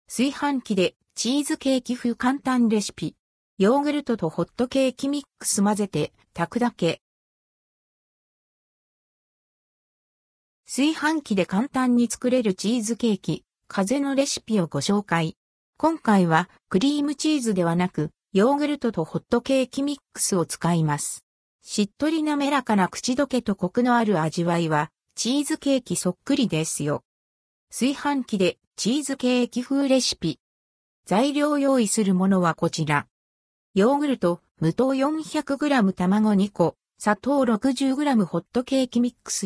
炊飯器でチーズケーキ風簡単レシピ。ヨーグルトとホットケーキミックス混ぜて炊くだけ。炊飯器で簡単に作れるチーズケーキ、風のレシピをご紹介。今回はクリームチーズではなく、ヨーグルトとホットケーキミックスを使います。しっとり滑らかな口どけとコクのある味わいは、チーズケーキそっくりですよ。炊飯器でチーズケーキ風レシピ。材料用意するものはこちら。ヨーグルト、無糖 400g 卵2個、砂糖 60g ホットケーキミックス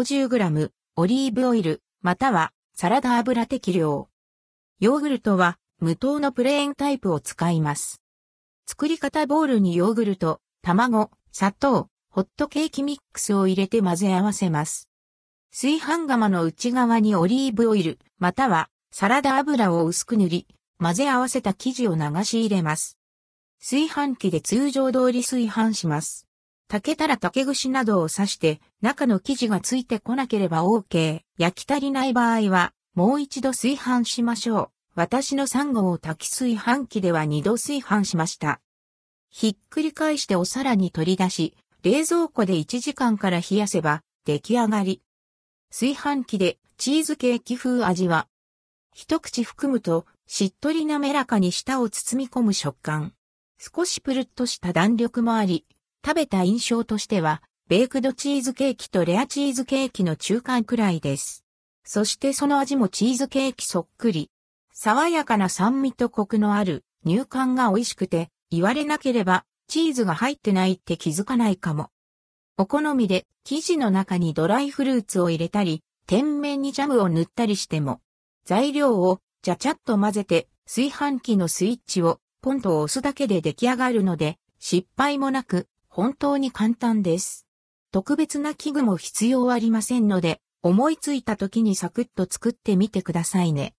150g、オリーブオイル、またはサラダ油適量。ヨーグルトは無糖のプレーンタイプを使います。作り方ボウルにヨーグルト、卵、砂糖、ホットケーキミックスを入れて混ぜ合わせます。炊飯釜の内側にオリーブオイル、またはサラダ油を薄く塗り、混ぜ合わせた生地を流し入れます。炊飯器で通常通り炊飯します。炊けたら竹串などを刺して中の生地がついてこなければ OK。焼き足りない場合はもう一度炊飯しましょう。私の3合炊き炊飯器では2度炊飯しました。ひっくり返してお皿に取り出し、冷蔵庫で1時間から冷やせば出来上がり。炊飯器でチーズケーキ風味は。一口含むとしっとり滑らかに舌を包み込む食感。少しプルッとした弾力もあり、食べた印象としては、ベークドチーズケーキとレアチーズケーキの中間くらいです。そしてその味もチーズケーキそっくり。爽やかな酸味とコクのある乳感が美味しくて、言われなければチーズが入ってないって気づかないかも。お好みで生地の中にドライフルーツを入れたり、天面にジャムを塗ったりしても。材料をちゃちゃっと混ぜて炊飯器のスイッチをポンと押すだけで出来上がるので失敗もなく本当に簡単です。特別な器具も必要ありませんので思いついた時にサクッと作ってみてくださいね。